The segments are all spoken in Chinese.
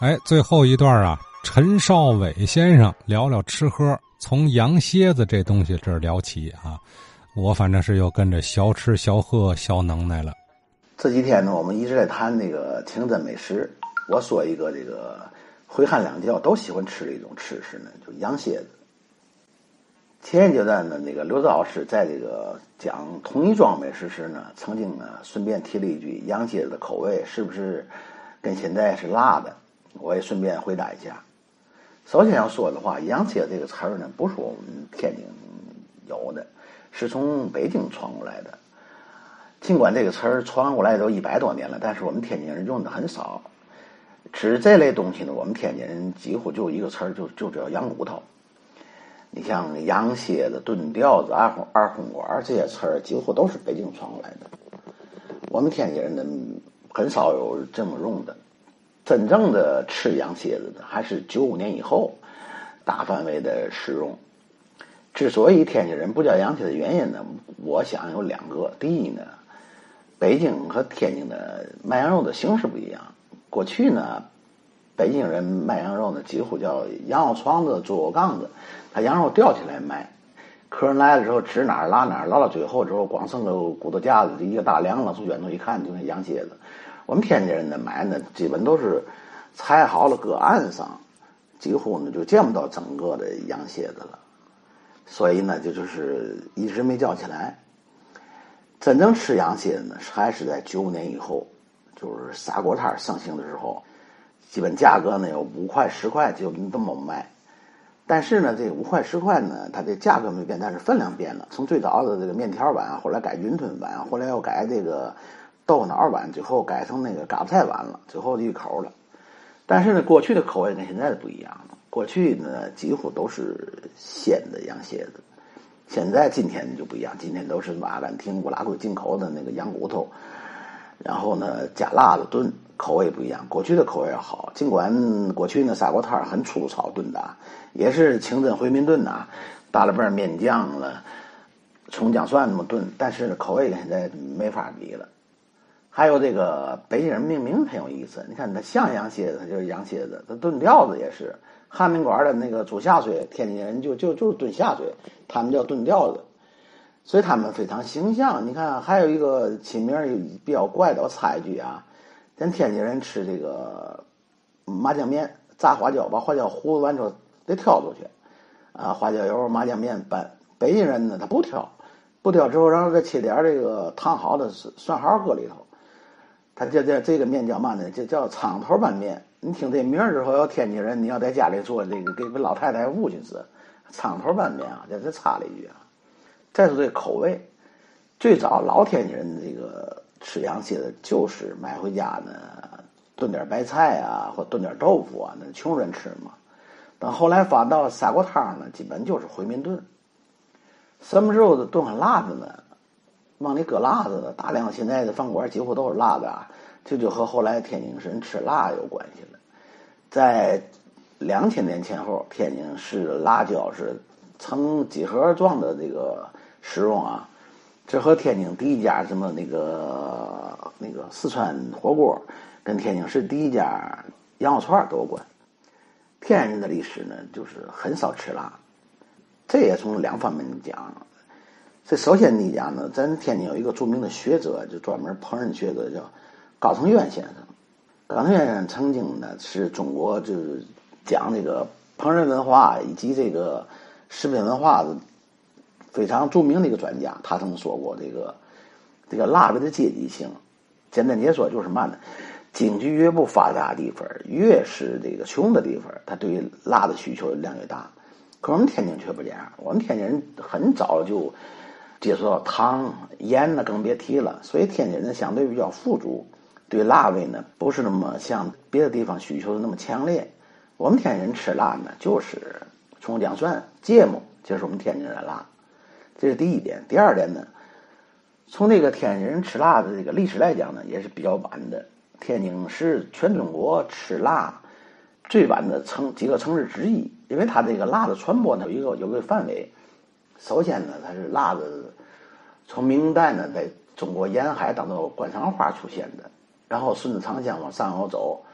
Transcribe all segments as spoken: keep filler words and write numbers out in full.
哎，最后一段啊，陈少伟先生聊聊吃喝，从羊蝎子这东西这儿聊起啊，我反正是又跟着小吃小喝小能耐了。 这几天呢，我们一直在谈那个清真美食。我说一个这个回汉两教都喜欢吃的一种吃食呢，就羊蝎子。前一阶段呢，那个刘老师在这个讲统一庄美食时呢，曾经呢顺便提了一句，羊蝎子的口味是不是跟现在是辣的？我也顺便回答一下。首先要说的话，羊蝎这个词儿呢，不是我们天津有的，是从北京传过来的。尽管这个词儿传过来都一百多年了，但是我们天津人用的很少。指这类东西呢，我们天津人几乎就一个词儿，就就叫羊骨头。你像羊蝎子、炖吊子、二红二红馆这些词儿，几乎都是北京传过来的。我们天津人呢，很少有这么用的。真正的吃羊蝎子的，还是九五年以后大范围的使用。之所以天津人不叫羊蝎的原因呢，我想有两个。第一呢，北京和天津的卖羊肉的形式不一样。过去呢，北京人卖羊肉呢，几乎叫羊肉床子、猪肉杠子，他羊肉吊起来卖。客人来了之后，指哪儿拉哪儿，拉到最后之后，光剩个骨头架子，一个大梁了，从远处一看就是羊蝎子。我们天津人呢买呢，基本都是裁好了搁岸上，几乎呢就见不到整个的羊蝎子了。所以呢，就就是一直没叫起来。真正吃羊蝎子呢，还是在九五年以后，就是砂锅摊盛行的时候，基本价格呢有五块十块就这么卖。但是呢，这五块十块呢，它这价格没变，但是分量变了。从最早的这个面条碗，后来改云吞碗，后来又改这个豆腐脑碗，最后改成那个嘎巴菜碗了，最后一口了。但是呢，过去的口味跟现在的不一样了。过去呢，几乎都是鲜的羊蝎子，现在今天就不一样，今天都是阿根廷、乌拉圭进口的那个羊骨头，然后呢加辣的炖，口味不一样。过去的口味要好，尽管过去呢砂锅摊很粗糙炖的，也是清真回民炖呐，打了瓣面酱了，葱姜蒜那么炖，但是口味跟现在没法比了。还有这个北京人命名很有意思，你看它像羊蝎子，它就是羊蝎子；它炖吊子也是，汉民馆的那个煮下水，天津人就就就是炖下水，他们叫炖吊子，所以他们非常形象。你看还有一个起名比较怪的，我插一句啊，咱天津人吃这个麻酱面，炸花椒，把花椒糊完之后得挑出去，啊，花椒油、麻酱面拌。北京人呢，他不挑，不挑之后，然后再切点这个烫好的蒜毫搁里头。他这这这个面叫嘛呢？就叫苍头拌面。你听这名儿之后，要天津人，你要在家里做这个，给给老太太误去死。苍头拌面啊，这这插了一句啊。再说这口味，最早老天津人这个吃羊蝎子，就是买回家呢炖点白菜啊，或炖点豆腐啊，那穷人吃嘛。等后来发到砂锅汤呢，基本就是回民炖。什么时候炖很辣的呢？往里搁辣子的，大量现在的饭馆几乎都是辣的啊，这就和后来天津人吃辣有关系了。在两千年前后，天津市辣椒是成几何状的这个使用啊，这和天津第一家什么那个那个四川火锅，跟天津市第一家羊肉串都有关。天津的历史呢，就是很少吃辣，这也从两方面讲。这首先你讲呢，咱天津有一个著名的学者，就专门烹饪学者，叫高承渊先生。高承渊先生曾经呢是中国就是讲这个烹饪文化以及这个食品文化的非常著名的一个专家。他曾说过，这个这个辣味的阶级性，简单解说就是嘛呢，经济越不发达的地方，越是这个穷的地方，他对于辣的需求量越大。可是我们天津却不这样，我们天津人很早就接触到糖、盐呢，更别提了。所以天津人相对比较富足，对辣味呢不是那么像别的地方需求的那么强烈。我们天津人吃辣呢，就是葱姜蒜、芥末，这是我们天津人的辣。这是第一点。第二点呢，从这个天津人吃辣的这个历史来讲呢，也是比较晚的。天津是全中国吃辣最晚的城几个城市之一，因为它这个辣的传播呢有一个有一个范围。首先呢，它是辣的，从明代呢，在中国沿海当中观赏花出现的，然后顺着长江往上游走，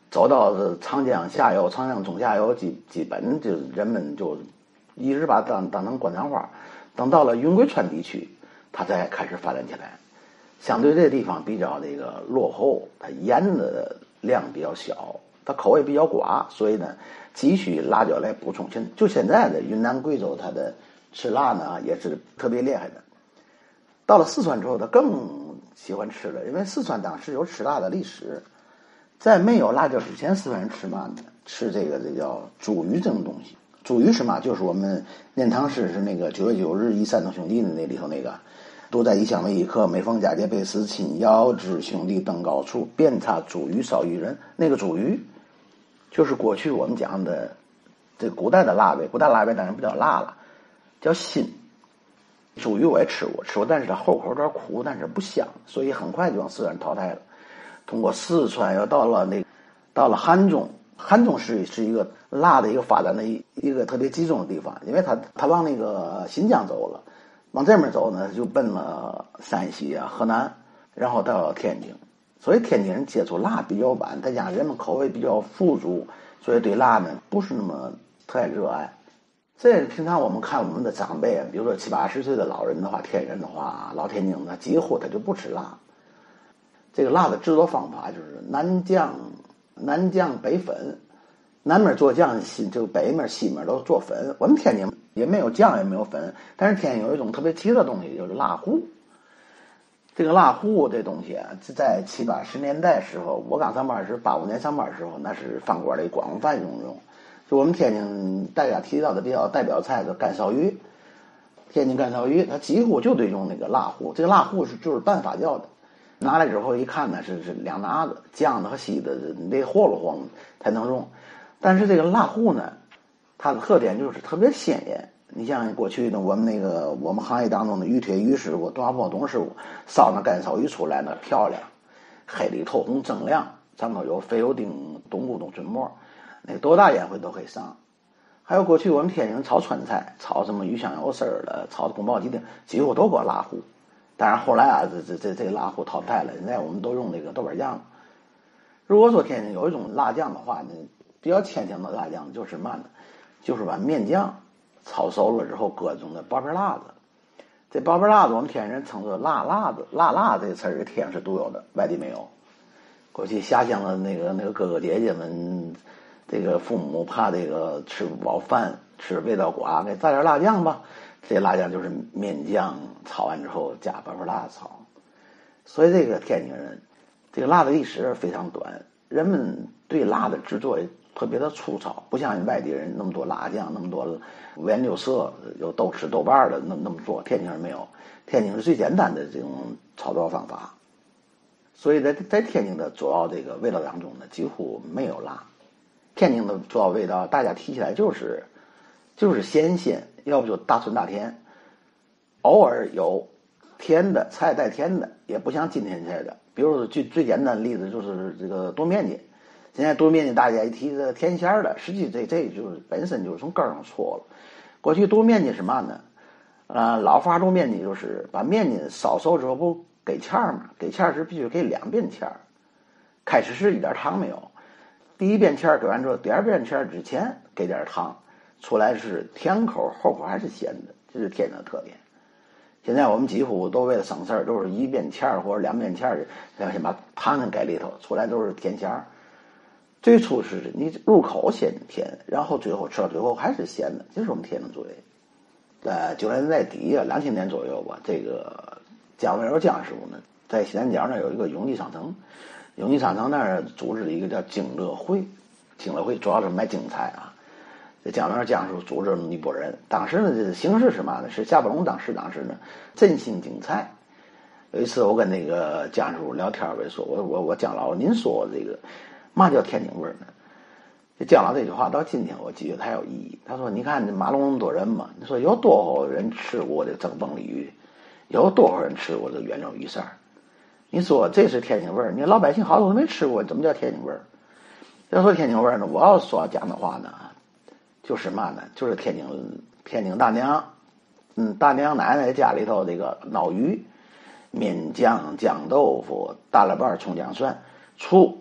走到长江下游、长江中下游，基基本就人们就一直把它当当成观赏花。等到了云贵川地区，它才开始发展起来。相对这个地方比较这个落后，它盐的量比较小，它口味比较寡，所以呢，急需辣椒来补充。现就现在的云南贵州，它的吃辣呢也是特别厉害的。到了四川之后，他更喜欢吃了，因为四川当时有吃辣的历史。在没有辣椒之前，四川人吃嘛呢？吃这个这叫猪鱼这种东西。猪鱼是嘛？就是我们念唐诗是那个九月九日忆山东兄弟的那里头那个，独在异乡为异客，每逢佳节倍思亲。遥知兄弟登高处，遍插茱萸少一人。那个茱萸，就是过去我们讲的这古代的腊味。古代腊味当然不叫辣了，叫辛。茱萸我也吃过，吃过，但是它后口有点苦，但是不香，所以很快就往四川淘汰了。通过四川又到了那，到了汉中，汉中是是一个辣的一个发展的一一个特别集中的地方，因为它它往那个新疆走了，往这边走呢就奔了山西啊、河南，然后到天津，所以天津人接触辣比较晚，再加上人们口味比较富足，所以对辣呢不是那么特爱热爱。这平常我们看我们的长辈，比如说七八十岁的老人的话，天人的话，老天津的几乎他就不吃辣。这个辣的制作方法就是南酱，南酱北粉，南面做酱，西就北面西面都做粉。我们天津也没有酱也没有粉，但是天津有一种特别奇特的东西，就是辣糊。这个辣糊这东西啊，在七八十年代时候，我刚上班时，八五年上班时候，那是饭馆里广泛用用。就我们天津大家提到的比较代表菜的干烧鱼，天津干烧鱼，它几乎就得用那个辣糊。这个辣糊是就是半发酵的，拿来之后一看呢是是两拿子，酱的和稀的你得和了和才能用。但是这个辣糊呢，它的特点就是特别鲜艳。你像过去呢，我们那个我们行业当中的于铁于师傅、董小波董师傅烧那干烧鱼出来呢漂亮，黑里透红锃亮，上头有肥油丁、冬菇、冬春末。那个多大宴会都可以上，还有过去我们天津炒川菜，炒什么鱼香肉丝儿的，炒宫保鸡丁，几乎都搁辣糊。当然后来啊，这这这这个辣糊淘汰了，现在我们都用那个豆瓣酱。如果说天津有一种辣酱的话，那比较牵强的辣酱就是嘛呢？就是把面酱炒熟了之后搁中的薄片辣子。这薄片辣子我们天津人称作辣辣子，辣辣这个词儿是天津是独有的，外地没有。过去下乡的那个那个哥哥姐姐们。这个父母怕这个吃不饱饭，吃味道寡，给炸点辣酱吧。这辣酱就是面酱，炒完之后加薄片辣炒。所以这个天津人，这个辣的历史非常短，人们对辣的制作也特别的粗糙，不像外地人那么多辣酱，那么多五颜六色，有豆豉豆瓣的那那么多。天津人没有，天津是最简单的这种炒作方法。所以在在天津的主要这个味道当中呢，几乎没有辣。天津的主要味道，大家提起来就是就是鲜鲜，要不就大酸大甜，偶尔有甜的菜带甜的，也不像今天菜的。比如说最最简单的例子就是这个多面筋，现在多面筋大家一提这个甜馅儿的，实际这这就是本身就是从根上错了。过去多面筋是嘛呢？呃，老法多面筋就是把面筋烧熟之后不给芡儿嘛，给芡儿时必须给两遍芡儿，开始是一点糖没有。第一遍芡儿给完之后，第二遍芡儿之前给点糖，出来是甜口，后口还是咸的，这是天津的特点。现在我们几乎都为了省事儿，都是一遍芡儿或者两遍芡儿，先把糖给里头，出来都是甜咸儿。最初是你入口先甜，然后最后吃到最后还是咸的，这是我们天津嘴。在九十年代底啊，两千年左右吧，这个姜文友姜师傅呢，在西南角那有一个永济商城。永济商城那儿组织了一个叫京乐会，京乐会主要是卖京菜啊。这姜文姜师傅组织了一拨人，当时呢，这形式是嘛呢？是夏宝龙当时当时呢振兴京菜。有一次我跟那个姜师傅聊天，我就说，我我我姜老，您说这个嘛叫天津味呢？这姜老这句话到今天我记得还有意义。他说：“你看这马龙那么多人嘛，你说有多少人吃过这蒸崩鲤鱼，有多少人吃过这原料鱼鳝？你说这是天津味儿，你老百姓好多都没吃过，怎么叫天津味儿？要说天津味儿呢，我要说讲的话呢，就是嘛呢，就是天津天津大娘，嗯，大娘奶奶家里头这个捞鱼，面酱、酱豆腐、大腊瓣、葱姜蒜、醋，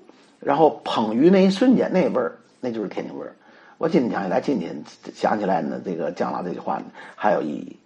然后烹鱼那一瞬间那味儿，那就是天津味儿。我今天想起来，今天想起来呢，这个姜老这句话呢还有意义。